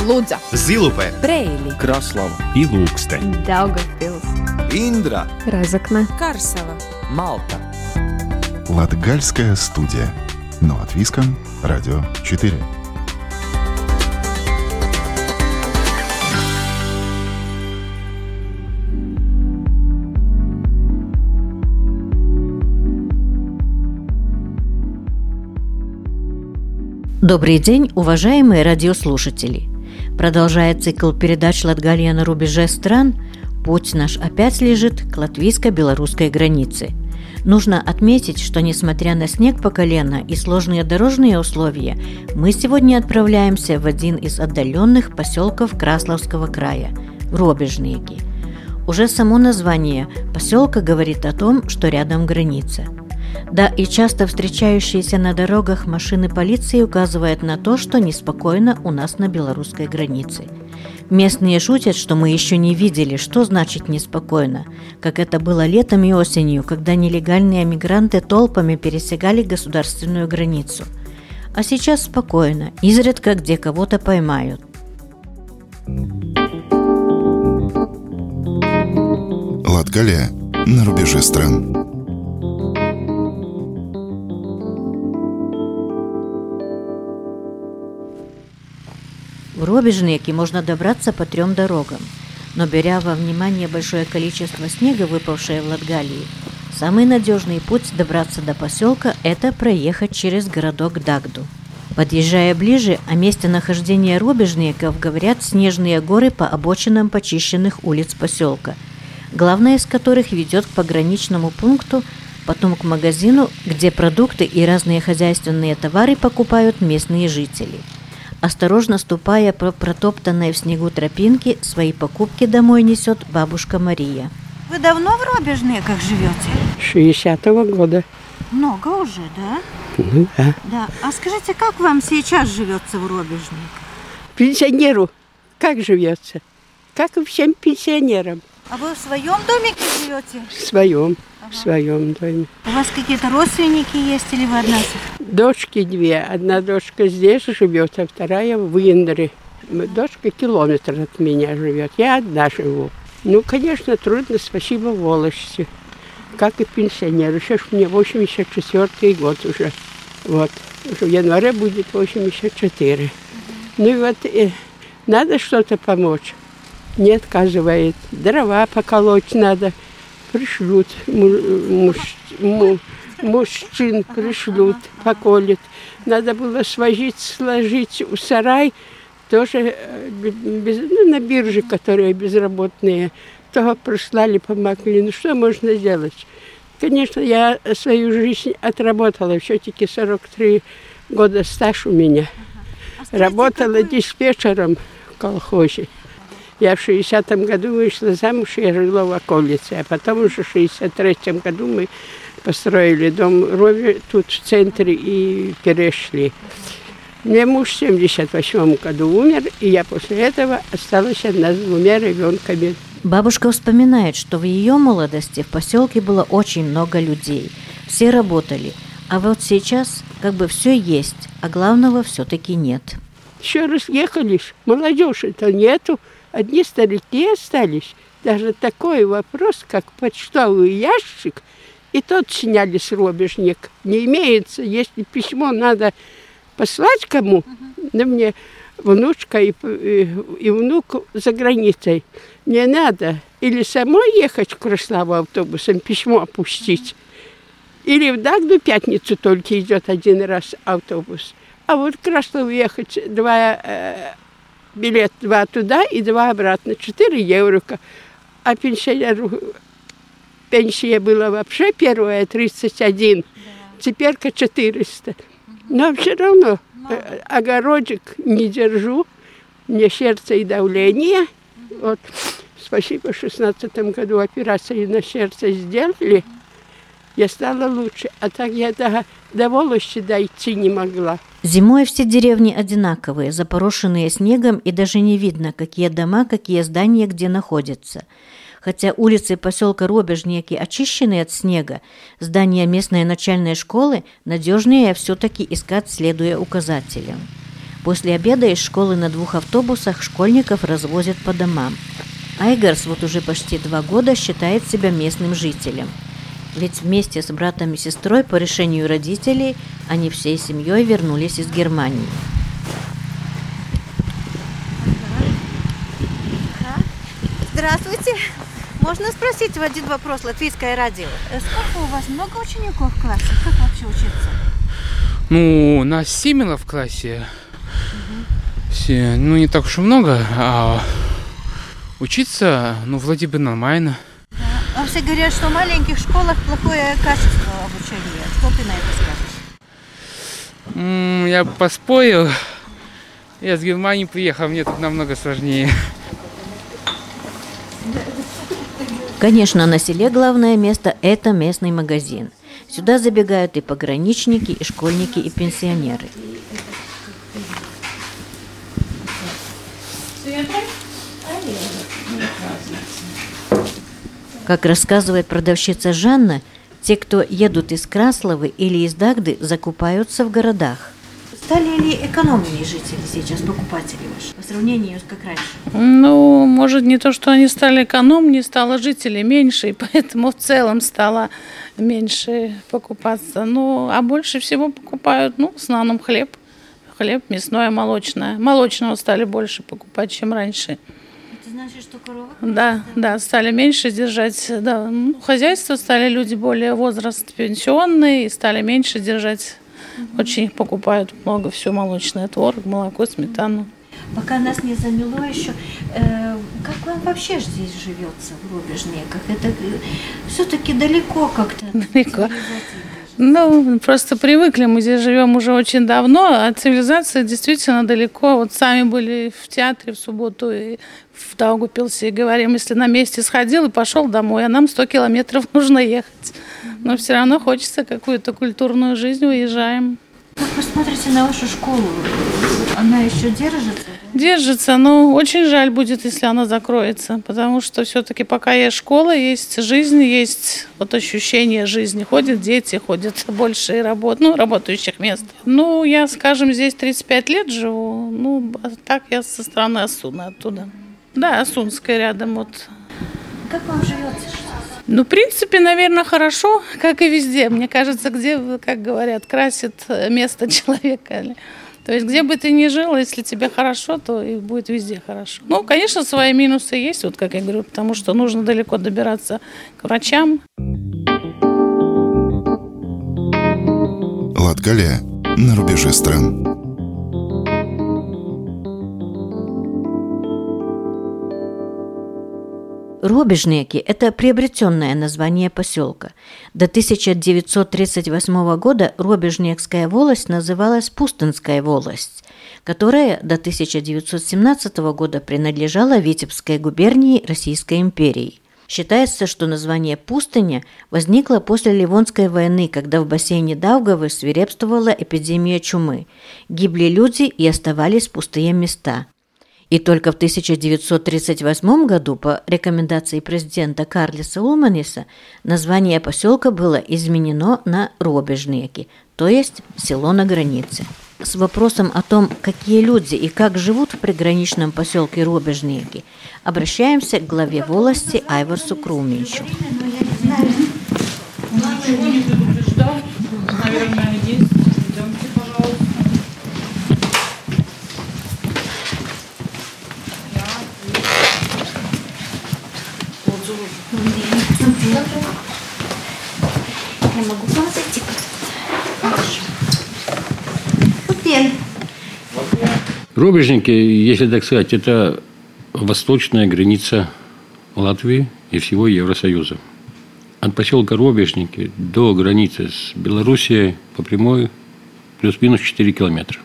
Лудза, Зилупе, Бреили, Краслава и Лукстен, Даугавпилс, Индра, Разокне, Карсела, Малта. Латгальская студия. Но от Виском, Радио 4. Добрый день, уважаемые радиослушатели! Продолжая цикл передач «Латгалия на рубеже стран», путь наш опять лежит к латвийско-белорусской границе. Нужно отметить, что несмотря на снег по колено и сложные дорожные условия, мы сегодня отправляемся в один из отдаленных поселков Краславского края – Робежнеки. Уже само название поселка говорит о том, что рядом граница. Да, и часто встречающиеся на дорогах машины полиции указывают на то, что неспокойно у нас на белорусской границе. Местные шутят, что мы еще не видели, что значит неспокойно, как это было летом и осенью, когда нелегальные мигранты толпами пересекали государственную границу. А сейчас спокойно, изредка где кого-то поймают. Латгалия на рубеже стран. В Робежнеки можно добраться по 3 дорогам, но беря во внимание большое количество снега, выпавшее в Латгалии, самый надежный путь добраться до поселка – это проехать через городок Дагду. Подъезжая ближе, о месте нахождения Робежнеков говорят снежные горы по обочинам почищенных улиц поселка, главная из которых ведет к пограничному пункту, потом к магазину, где продукты и разные хозяйственные товары покупают местные жители. Осторожно ступая по протоптанной в снегу тропинке, свои покупки домой несет бабушка Мария. Вы давно в Робежнеках живете? 60-го года. Много уже, да? Ну да. Да. А скажите, как вам сейчас живется в Робежнеках? Пенсионеру как живется? Как и всем пенсионерам. А вы в своем домике живете? В своем доме. У вас какие-то родственники есть или вы одна? Дочки 2. Одна дочка здесь живет, а вторая в Индре. Дочка километр от меня живет. Я одна живу. Ну, конечно, трудно, спасибо волости. Как и пенсионеру. Сейчас мне 84-й год уже. Вот. Уже в январе будет 84. Ну и вот надо что-то помочь. Не отказывает. Дрова поколоть надо. Пришлют, мужчин пришлют, поколют. Надо было сложить в сарай, тоже на бирже, которые безработные. Того прислали, помогли. Ну что можно сделать? Конечно, я свою жизнь отработала. Все-таки 43 года стаж у меня. Работала диспетчером в колхозе. Я в 60-м году вышла замуж, я жила в околице, а потом уже в 63-м году мы построили дом Рови тут в центре и перешли. Мне муж в 78-м году умер, и я после этого осталась одна с 2 ребенками. Бабушка вспоминает, что в ее молодости в поселке было очень много людей. Все работали, а вот сейчас как бы все есть, а главного все-таки нет. Еще разъехались, молодежи-то нету. Одни старики остались. Даже такой вопрос, как почтовый ящик, и тот сняли с Робежнек. Не имеется, если письмо надо послать кому, да мне внучка и внук за границей, мне надо или самой ехать в Краславу автобусом, письмо опустить, или в Дагду пятницу только идет 1 раз автобус. А вот в Краславу ехать билет 2 туда и 2 обратно, 4 евро. А пенсионеру пенсия была вообще первая 31, теперь 400. Но все равно огородик не держу, мне сердце и давление. Вот, спасибо, в 16-м году операцию на сердце сделали, я стала лучше, а так я до волости дойти не могла. Зимой все деревни одинаковые, запорошенные снегом, и даже не видно, какие дома, какие здания где находятся. Хотя улицы поселка Робежнеки очищены от снега, здания местной начальной школы надежнее все-таки искать, следуя указателям. После обеда из школы на 2 автобусах школьников развозят по домам. Айгарс вот уже почти 2 года считает себя местным жителем. Ведь вместе с братом и сестрой по решению родителей они всей семьей вернулись из Германии. Здравствуйте. Можно спросить один вопрос, Латвийское радио? Сколько у вас, много учеников в классе? Как вообще учиться? Ну, нас 7 в классе. Все, ну, не так уж и много, а учиться, ну, вроде бы нормально. Да. А все говорят, что в маленьких школах плохое качество обучения. Что ты на это скажешь? Я поспорил. Я с Германии приехал, мне тут намного сложнее. Конечно, на селе главное место – это местный магазин. Сюда забегают и пограничники, и школьники, и пенсионеры. Как рассказывает продавщица Жанна, те, кто едут из Красловы или из Дагды, закупаются в городах. Стали ли экономнее жители сейчас, покупатели ваши, по сравнению с как раньше? Ну, может, не то, что они стали экономнее, стало жителей меньше, и поэтому в целом стало меньше покупаться. Ну, а больше всего покупают, в основном хлеб. Хлеб, мясное, молочное. Молочного стали больше покупать, чем раньше. Это значит, что коровы? Да, стали меньше держать. Да. Хозяйство стали люди более возраст пенсионный, и стали меньше держать. Очень их покупают много все молочное, творог, молоко, сметану. Пока нас не замело еще, как вам вообще здесь живется в Рубежниках? Это все-таки далеко как-то. Далеко. Ну, просто привыкли, мы здесь живем уже очень давно, а цивилизация действительно далеко. Вот сами были в театре в субботу и в Даугавпилсе, и говорим, если на месте сходил и пошел домой, а нам 100 километров нужно ехать. Но все равно хочется какую-то культурную жизнь, уезжаем. Как вы смотрите на вашу школу? Она еще держится? Держится, но очень жаль будет, если она закроется, потому что все-таки пока есть школа, есть жизнь, есть вот ощущение жизни. Ходят дети, ходят больше работающих мест. Я, скажем, здесь 35 лет живу, так я со стороны Асуна оттуда. Да, Асунская рядом вот. Как вам живется? В принципе, наверное, хорошо, как и везде. Мне кажется, где, как говорят, красит место человека. То есть, где бы ты ни жил, если тебе хорошо, то и будет везде хорошо. Конечно, свои минусы есть, вот как я говорю, потому что нужно далеко добираться к врачам. Латгалия на рубеже стран. Рубежники – это приобретенное название поселка. До 1938 года Рубежникская волость называлась Пустынская волость, которая до 1917 года принадлежала Витебской губернии Российской империи. Считается, что название «пустыня» возникло после Ливонской войны, когда в бассейне Даугавы свирепствовала эпидемия чумы. Гибли люди и оставались пустые места. И только в 1938 году по рекомендации президента Карлиса Улманиса название поселка было изменено на Рубежники, то есть село на границе. С вопросом о том, какие люди и как живут в приграничном поселке Рубежники, обращаемся к главе волости Айварсу Круминчу. Я могу к вам зайти? Хорошо. Рубежники, если так сказать, это восточная граница Латвии и всего Евросоюза. От поселка Рубежники до границы с Белоруссией по прямой плюс-минус 4 километра.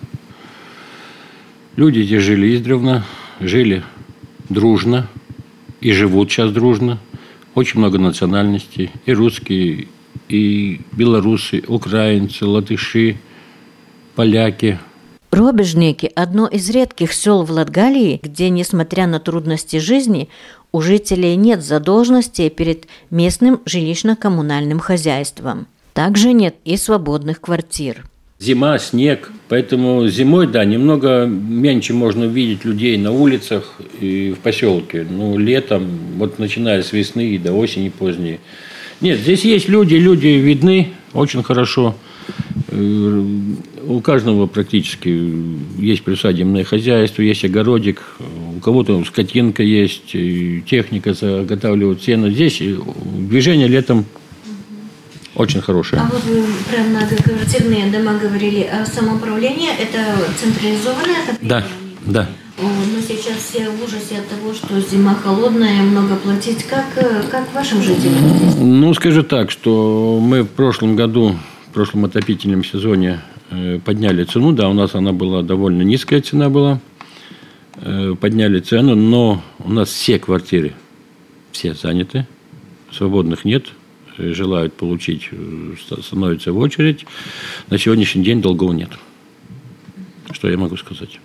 Люди здесь жили издревле, жили дружно и живут сейчас дружно. Очень много национальностей. И русские, и белорусы, украинцы, латыши, поляки. Рубежники – одно из редких сел в Латгалии, где, несмотря на трудности жизни, у жителей нет задолженностей перед местным жилищно-коммунальным хозяйством. Также нет и свободных квартир. Зима, снег. Поэтому зимой, да, немного меньше можно увидеть людей на улицах и в поселке. Но летом, вот начиная с весны и до осени поздней. Нет, здесь есть люди видны очень хорошо. У каждого практически есть приусадебное хозяйство, есть огородик, у кого-то скотинка есть, техника заготавливает сено. Здесь движение летом очень хорошее. А вот вы про многоквартирные дома говорили, а самоуправление – это централизованное отопление? Да. Но сейчас все в ужасе от того, что зима холодная, много платить. Как вашим жителям? Ну, скажу так, что мы в прошлом году, в прошлом отопительном сезоне подняли цену. Да, у нас она была довольно низкая цена была. Подняли цену, но у нас все квартиры, все заняты, свободных нет. Желают получить, становятся в очередь. На сегодняшний день долгов нет. Что я могу сказать?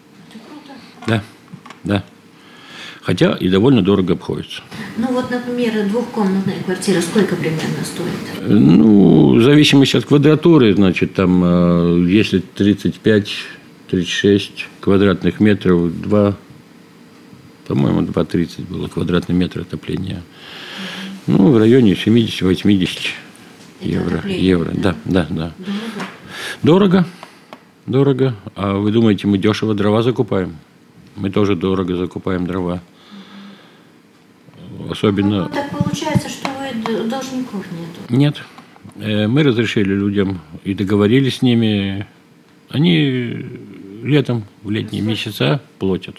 Да. Хотя и довольно дорого обходится. Ну вот, например, двухкомнатная квартира сколько примерно стоит? Ну, в зависимости от квадратуры, значит, там, если 35-36 квадратных метров, 2.30 было квадратный метр отопления. Ну, в районе 70-80 евро. Да. Дорого. А вы думаете, мы дешево дрова закупаем? Мы тоже дорого закупаем дрова. Особенно... Так получается, что вы должников нету? Нет. Мы разрешили людям и договорились с ними. Они летом, в летние месяца платят.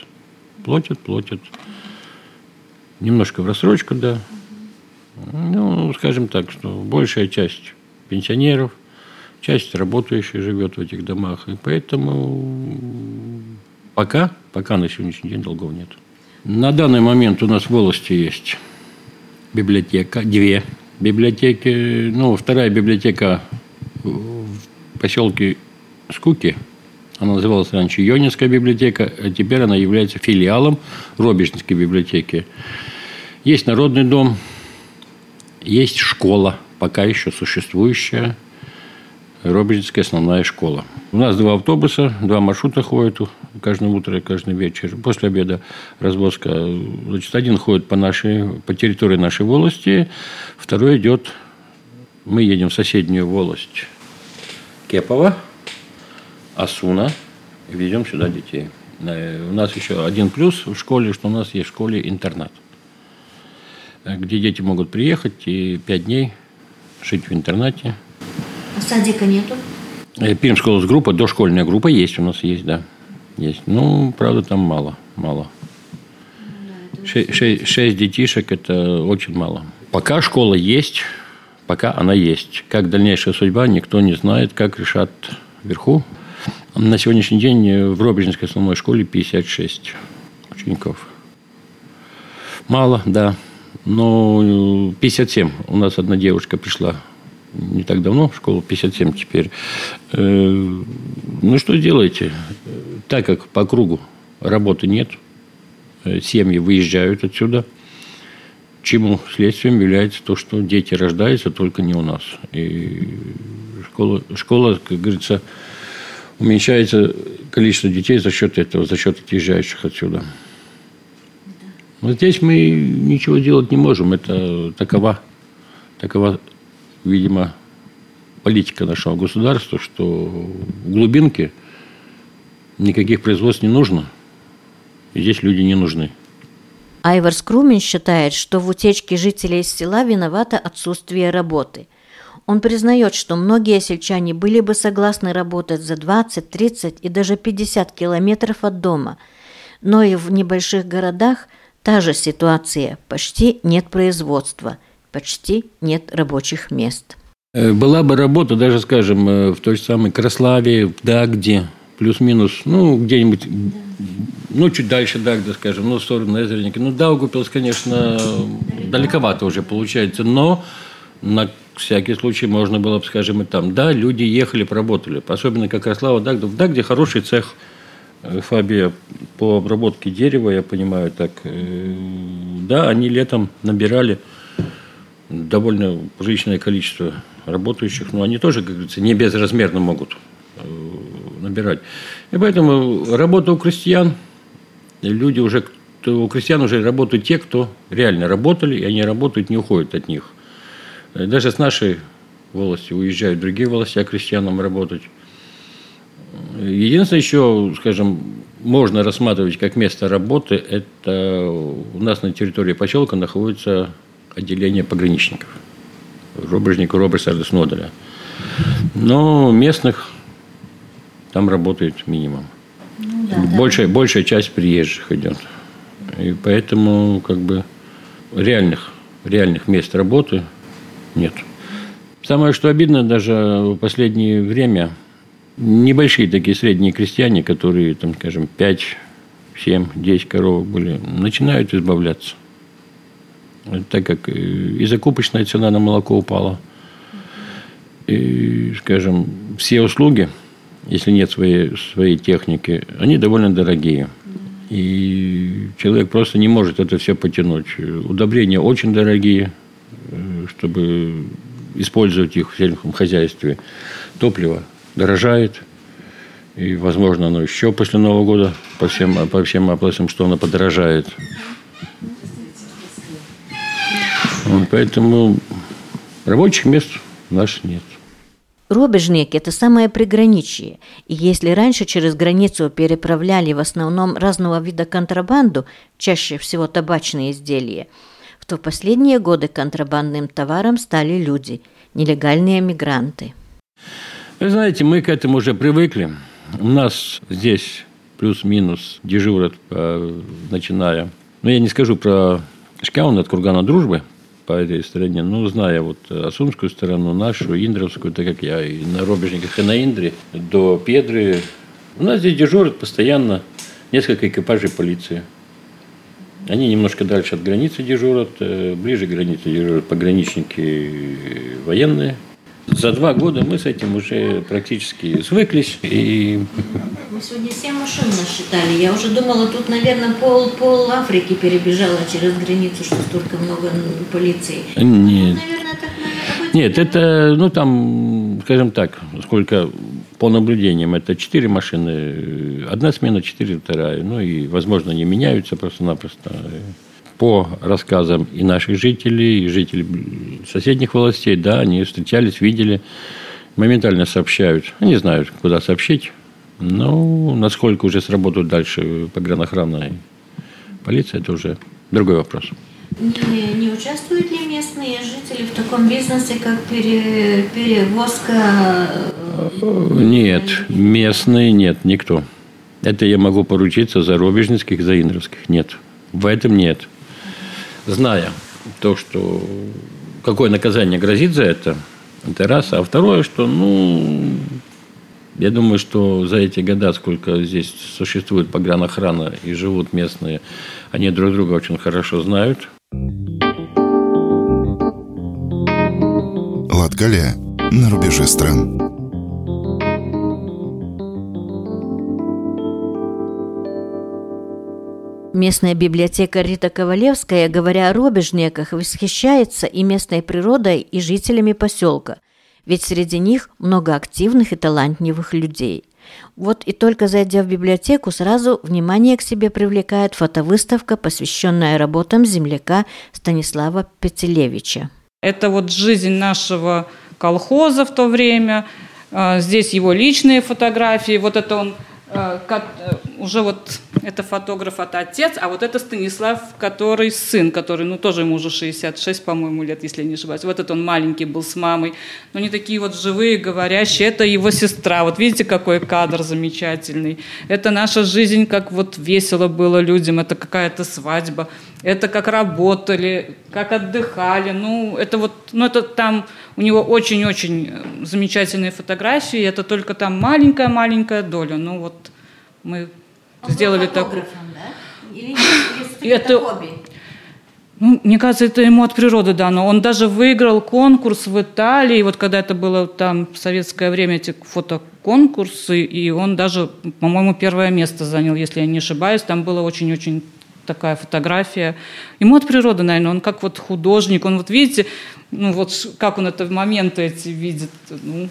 Немножко в рассрочку, да. Ну, скажем так, что большая часть пенсионеров, часть работающих живет в этих домах. И поэтому пока на сегодняшний день долгов нет. На данный момент у нас в волости есть библиотека, 2 библиотеки. Ну, вторая библиотека в поселке Скуки. Она называлась раньше Йонинская библиотека, а теперь она является филиалом Робежнской библиотеки. Есть народный дом. Есть школа, пока еще существующая, Робежнская основная школа. У нас 2 автобуса, 2 маршрута ходят каждое утро и каждый вечер. После обеда развозка. Значит, один ходит по территории нашей волости, второй идет, мы едем в соседнюю волость Кепово, Асуна, и везем сюда детей. У нас еще один плюс в школе, что у нас есть в школе интернат, где дети могут приехать и 5 дней жить в интернате. А садика нету? Пермская группа, дошкольная группа есть у нас, да. Есть. Ну, правда, там мало. 6 детишек – это очень мало. Пока школа есть, пока она есть. Как дальнейшая судьба, никто не знает, как решат вверху. На сегодняшний день в Робежнской основной школе 56 учеников. Мало, да. Но 57. У нас одна девушка пришла не так давно в школу, 57 теперь. Ну, что делаете? Так как по кругу работы нет, семьи выезжают отсюда, чему следствием является то, что дети рождаются только не у нас. И школа, как говорится, уменьшается количество детей за счет этого, за счет отъезжающих отсюда. Но здесь мы ничего делать не можем. Это такова, видимо, политика нашего государства, что в глубинке никаких производств не нужно, и здесь люди не нужны. Айвар Скрумин считает, что в утечке жителей из села виновато отсутствие работы. Он признает, что многие сельчане были бы согласны работать за 20, 30 и даже 50 километров от дома, но и в небольших городах та же ситуация. Почти нет производства, почти нет рабочих мест. Была бы работа, даже, скажем, в той же самой Краславе, в Дагде, плюс-минус, ну, где-нибудь, ну, чуть дальше Дагда, скажем, ну, в сторону Эзерники. Ну, Даугавпилс, конечно, далековато уже получается, но на всякий случай можно было бы, скажем, и там. Да, люди ехали, поработали, особенно как Краслава, Дагда. В Дагде хороший цех Фабия по обработке дерева, я понимаю, так. Да, они летом набирали довольно приличное количество работающих, но они тоже, как говорится, не безразмерно могут набирать. И поэтому работа у крестьян, люди уже, у крестьян уже работают те, кто реально работали, и они работают, не уходят от них. Даже с нашей волости уезжают в другие власти, а крестьянам работать. Единственное, еще, скажем, можно рассматривать как место работы, это у нас на территории поселка находится отделение пограничников. Рубежнику Роберсарда Сноделя. Но местных там работает минимум. Ну, да, большая часть приезжих идет. И поэтому как бы реальных мест работы нет. Самое, что обидно, даже в последнее время небольшие такие средние крестьяне, которые, там, скажем, 5, 7, 10 коровок были, начинают избавляться. Так как и закупочная цена на молоко упала. И, скажем, все услуги, если нет своей техники, они довольно дорогие. И человек просто не может это все потянуть. Удобрения очень дорогие, чтобы использовать их в сельском хозяйстве. Топливо дорожает. И, возможно, оно еще после Нового года по всем опросам, что оно подорожает. Поэтому рабочих мест у нас нет. Рубежник – это самое приграничье. И если раньше через границу переправляли в основном разного вида контрабанду, чаще всего табачные изделия, то в последние годы контрабандным товаром стали люди, нелегальные мигранты. Вы знаете, мы к этому уже привыкли. У нас здесь плюс-минус дежурят, начиная... я не скажу про Шкаун от Кургана Дружбы, по этой стороне, зная вот Асунскую сторону, нашу, Индровскую, так как я и на Рубежниках, и на Индре, до Педры. У нас здесь дежурят постоянно несколько экипажей полиции. Они немножко дальше от границы дежурят, ближе к границе дежурят пограничники военные. За 2 года мы с этим уже практически свыклись. И... Мы сегодня 7 машин насчитали. Я уже думала, тут, наверное, пол Африки перебежала через границу, что столько много полиции. Нет. Нет, это, там, скажем так, сколько по наблюдениям, это 4 машины, 1 смена, 4 вторая. И, возможно, они меняются просто-напросто. По рассказам и наших жителей, и жителей соседних властей, да, они встречались, видели, моментально сообщают. Они знают, куда сообщить. Но насколько уже сработают дальше погранохрана и полиция, это уже другой вопрос. Не участвуют ли местные жители в таком бизнесе, как перевозка? Нет, местные нет, никто. Это я могу поручиться за рубежницких, за индровских. Нет, в этом нет. Зная то, что какое наказание грозит за это раз. А второе, что, я думаю, что за эти года, сколько здесь существует погранохрана и живут местные, они друг друга очень хорошо знают. Латгалия на рубеже стран. Местная библиотека Рита Ковалевская, говоря о рубежниках, восхищается и местной природой, и жителями поселка. Ведь среди них много активных и талантливых людей. Вот и только зайдя в библиотеку, сразу внимание к себе привлекает фотовыставка, посвященная работам земляка Станислава Петелевича. Это вот жизнь нашего колхоза в то время. Здесь его личные фотографии. Вот это он уже вот это фотограф, это отец, а вот это Станислав, который сын, который, тоже ему уже 66, по-моему, лет, если я не ошибаюсь. Вот это он маленький был с мамой. Но они такие вот живые, говорящие. Это его сестра. Вот видите, какой кадр замечательный. Это наша жизнь, как вот весело было людям. Это какая-то свадьба. Это как работали, как отдыхали. Это там у него очень-очень замечательные фотографии. Это только там маленькая-маленькая доля. Мы сделали такое. Да? Или это хобби? Мне кажется, это ему от природы дано. Он даже выиграл конкурс в Италии. Вот когда это было там в советское время, эти фотоконкурсы, и он даже, по-моему, 1 место занял, если я не ошибаюсь. Там была очень-очень такая фотография. Ему от природы, наверное, он как вот художник. Он вот видите, как он это в моменты эти видит.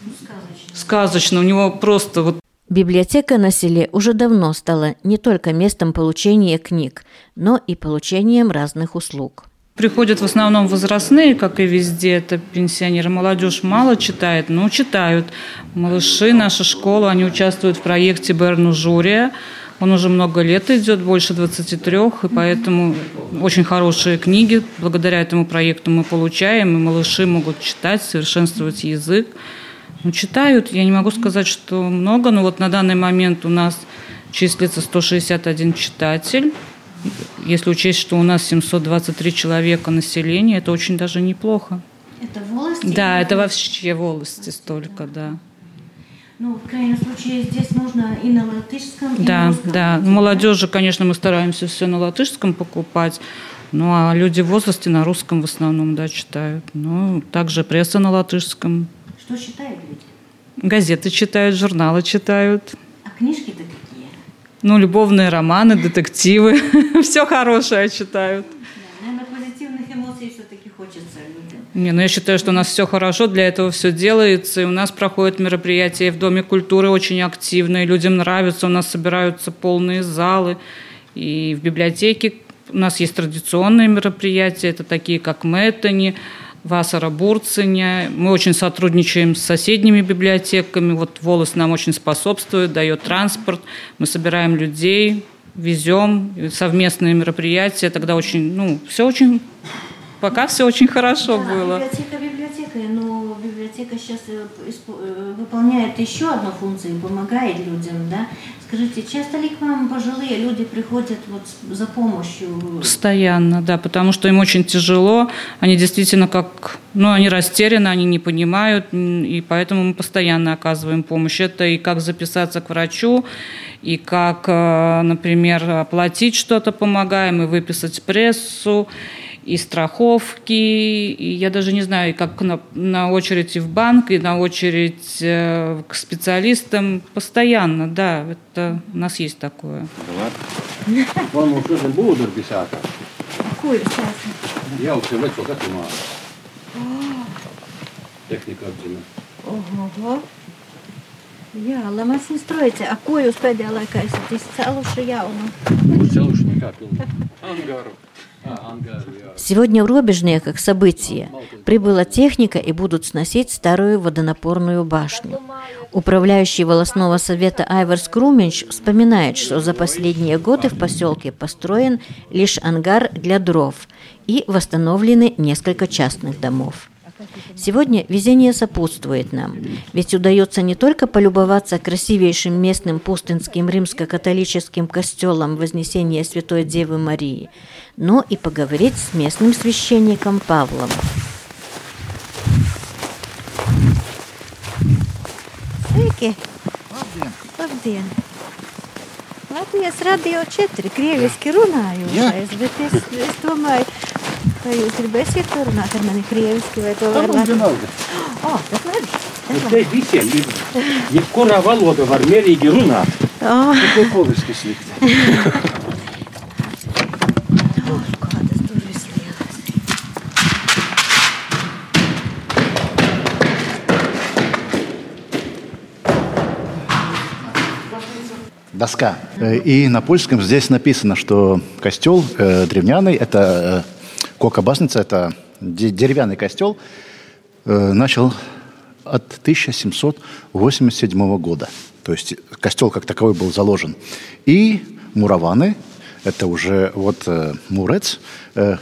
Сказочно. У него просто вот... Библиотека на селе уже давно стала не только местом получения книг, но и получением разных услуг. Приходят в основном возрастные, как и везде, это пенсионеры. Молодежь мало читает, но читают. Малыши, наша школа, они участвуют в проекте «Берну Журия». Он уже много лет идет, больше 23, и поэтому очень хорошие книги. Благодаря этому проекту мы получаем, и малыши могут читать, совершенствовать язык. Ну, читают, я не могу сказать, что много, но вот на данный момент у нас числится 161 читатель. Если учесть, что у нас 723 человека населения, это очень даже неплохо. Это волости? Да, это вообще волости столько, да. Ну, в крайнем случае, здесь можно и на латышском, и да, на русском. Да, молодежи, конечно, мы стараемся все на латышском покупать, ну, а люди в возрасте на русском в основном, да, читают. Ну, также пресса на латышском. Что читают люди? Газеты читают, журналы читают. А книжки-то какие? Ну, любовные романы, детективы. Все хорошее читают. Да, наверное, позитивных эмоций все-таки хочется людям. Не, ну я считаю, что у нас все хорошо, для этого все делается. И у нас проходят мероприятия в Доме культуры очень активно, и людям нравится. У нас собираются полные залы. И в библиотеке у нас есть традиционные мероприятия, это такие, как Мэттани, Васара Бурциня. Мы очень сотрудничаем с соседними библиотеками. Вот Волос нам очень способствует, дает транспорт. Мы собираем людей, везем, совместные мероприятия. Тогда очень, ну, все очень, пока все очень хорошо было. Библиотека, но библиотека сейчас выполняет еще одну функцию, помогает людям, да? Скажите, часто ли к вам пожилые люди приходят вот за помощью? Постоянно, да, потому что им очень тяжело, они действительно как, ну, они растеряны, они не понимают, и поэтому мы постоянно оказываем помощь. Это и как записаться к врачу, и как, например, оплатить что-то помогаем, и выписать прессу, и страховки, и я даже не знаю, как на очередь и в банк, и на очередь к специалистам. Постоянно, да, это у нас есть такое. Вам уже не буду написать. Какую сейчас? Я уже вышел, как и мало. Техника отдельно. Ого. Jā, lai mēs viņu strojam, a ko jūs pēdējā laikā esat izcēluši jaunu? Izcēluši nekā pilnīgi. Angaru. Сегодня в Рубежные, как событие, прибыла техника и будут сносить старую водонапорную башню. Управляющий волостного совета Айварс Круменч вспоминает, что за последние годы в поселке построен лишь ангар для дров и восстановлены несколько частных домов. Сегодня везение сопутствует нам, ведь удается не только полюбоваться красивейшим местным пустынским римско-католическим костелом Вознесения Святой Девы Марии, но и поговорить с местным священником Павлом. Sveiki! Labdien! Latvijas Radio 4, krieviski runājošais, bet es domāju, vai jūs gribēsiet parunāt ar mani krieviski, vai to var latviski? O, tas labi. Te visiem ir, jebkurā valoda var mierīgi runāt. Tikai poliski slikti. Kādas durvis lielas. Доска. И на польском здесь написано, что костел древняный, это Кокобасница, это деревянный костел, начал от 1787 года. То есть костел как таковой был заложен. И мураваны, это уже вот Мурец, в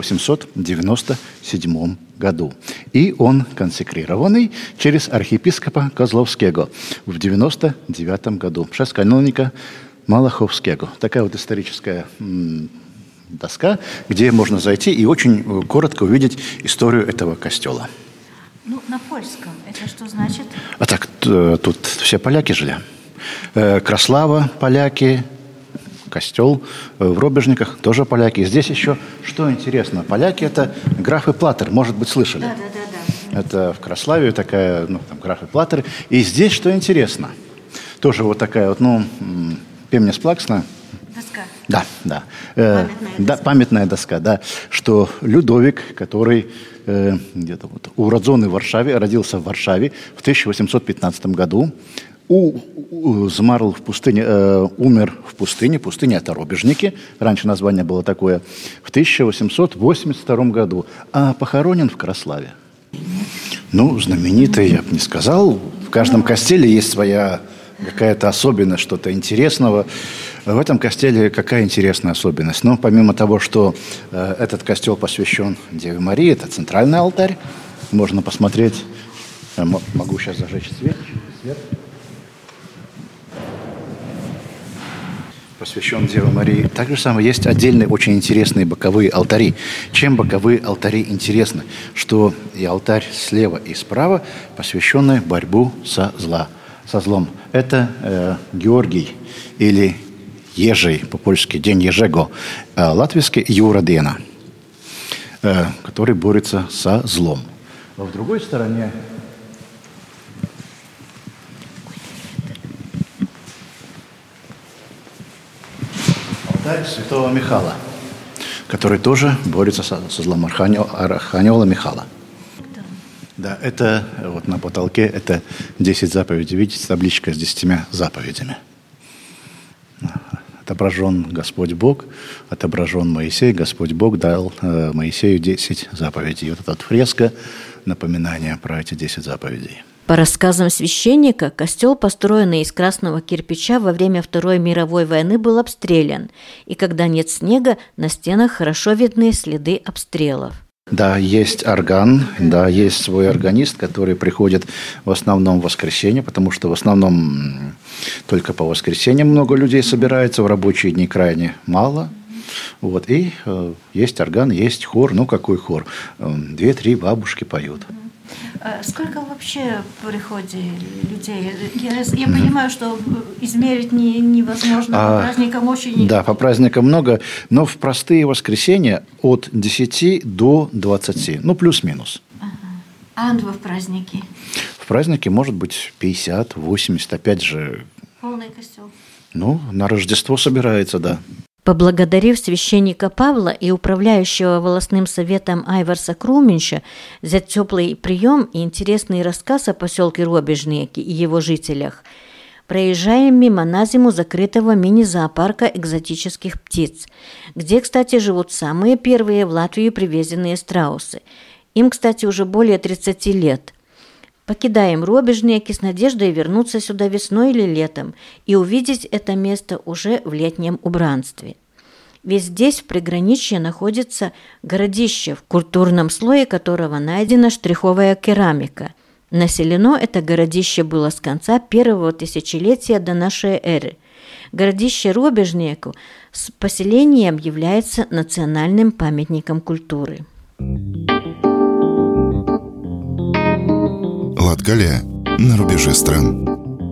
1897 году. И он консекрированный через архиепископа Козловского в 99 году, przez каноника Малаховского. Такая вот историческая доска, где можно зайти и очень коротко увидеть историю этого костела. Ну, на польском. Это что значит? А так, тут все поляки жили. Краслава поляки, костел в Робежниках тоже поляки. И здесь еще, что интересно, поляки — это графы Платер, может быть, слышали? Да. Это в Краславе такая, ну, там, графы Платер. И здесь, что интересно, тоже вот такая вот, ну, пемня сплаксна. Да, Доска. Да. Памятная доска, да. Что Людовик, который где-то вот уродженный в Варшаве, родился в Варшаве в 1815 году, умер в пустыне. Пустыня — это Рубежники. Раньше название было такое. В 1882 году. А похоронен в Краславе. Ну, знаменитый, я бы не сказал. В каждом костеле есть своя какая-то особенность, что-то интересного. В этом костеле какая интересная особенность? Ну, помимо того, что этот костел посвящен Деве Марии, это центральный алтарь. Можно посмотреть. Могу сейчас зажечь свет. Посвящен Деве Марии. Также самое есть отдельные очень интересные боковые алтари. Чем боковые алтари интересны? Что и алтарь слева и справа посвящены борьбу со злом. Это Георгий или Ежей, по-польски День Ежего, латвийский Юрадена, который борется со злом. А в другой стороне алтарь святого Михаила, который тоже борется со злом, архангела Михаила. Да, это вот на потолке, это 10 заповедей. Видите, табличка с 10 заповедями. Отображен Господь Бог, отображен Моисей. Господь Бог дал Моисею 10 заповедей. И вот эта фреска – напоминание про эти 10 заповедей. По рассказам священника, костел, построенный из красного кирпича, во время Второй мировой войны был обстрелян. И когда нет снега, на стенах хорошо видны следы обстрелов. Да, есть орган, да, есть свой органист, который приходит в основном в воскресенье, потому что в основном только по воскресеньям много людей собирается, в рабочие дни крайне мало. Вот, и есть орган, есть хор. Ну, какой хор? 2-3 бабушки поют. Сколько вообще в приходе людей? Я понимаю, что измерить невозможно, по праздникам очень... Да, по праздникам много, но в простые воскресенья от 10 до 20, ну, плюс-минус. А в праздники? В праздники может быть 50, 80, опять же... Полный костел? Ну, на Рождество собирается, да. Поблагодарив священника Павла и управляющего волостным советом Айварса Круминша за теплый прием и интересный рассказ о поселке Рубежники и его жителях, проезжаем мимо на зиму закрытого мини-зоопарка экзотических птиц, где, кстати, живут самые первые в Латвию привезенные страусы. Им, кстати, уже более 30 лет. Покидаем Рубежники с надеждой вернуться сюда весной или летом и увидеть это место уже в летнем убранстве. Ведь здесь, в приграничье, находится городище, в культурном слое которого найдена штриховая керамика. Населено это городище было с конца первого тысячелетия до нашей эры. Городище Рубежнику с поселением является национальным памятником культуры. Латгалия на рубеже стран.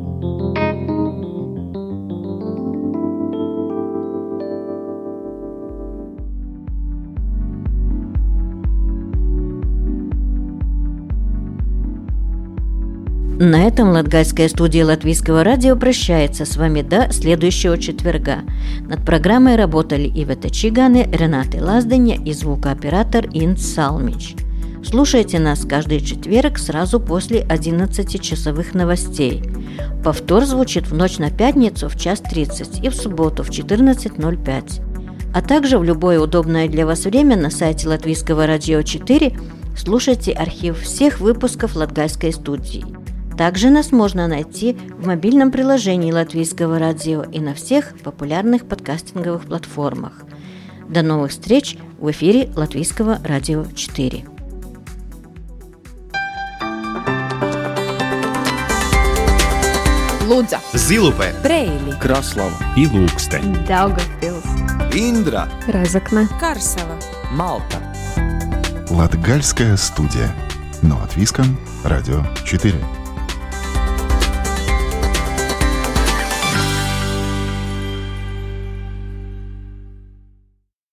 На этом Латгальская студия Латвийского радио прощается с вами до следующего четверга. Над программой работали Ивета Чиганы, Рената Лазденя и звукооператор Инс Салмич. Слушайте нас каждый четверг сразу после 11-часовых новостей. Повтор звучит в ночь на пятницу в 1:30 и в субботу в 14:05. А также в любое удобное для вас время на сайте Латвийского радио 4 слушайте архив всех выпусков Латгальской студии. Также нас можно найти в мобильном приложении Латвийского радио и на всех популярных подкастинговых платформах. До новых встреч в эфире Латвийского радио 4. Лудза, Зилупе, Брейли, Краслава и Лукстен, Daugavpils, Индра, Разокна, Карсова, Малта. Латгальская студия на Латвийском радио 4.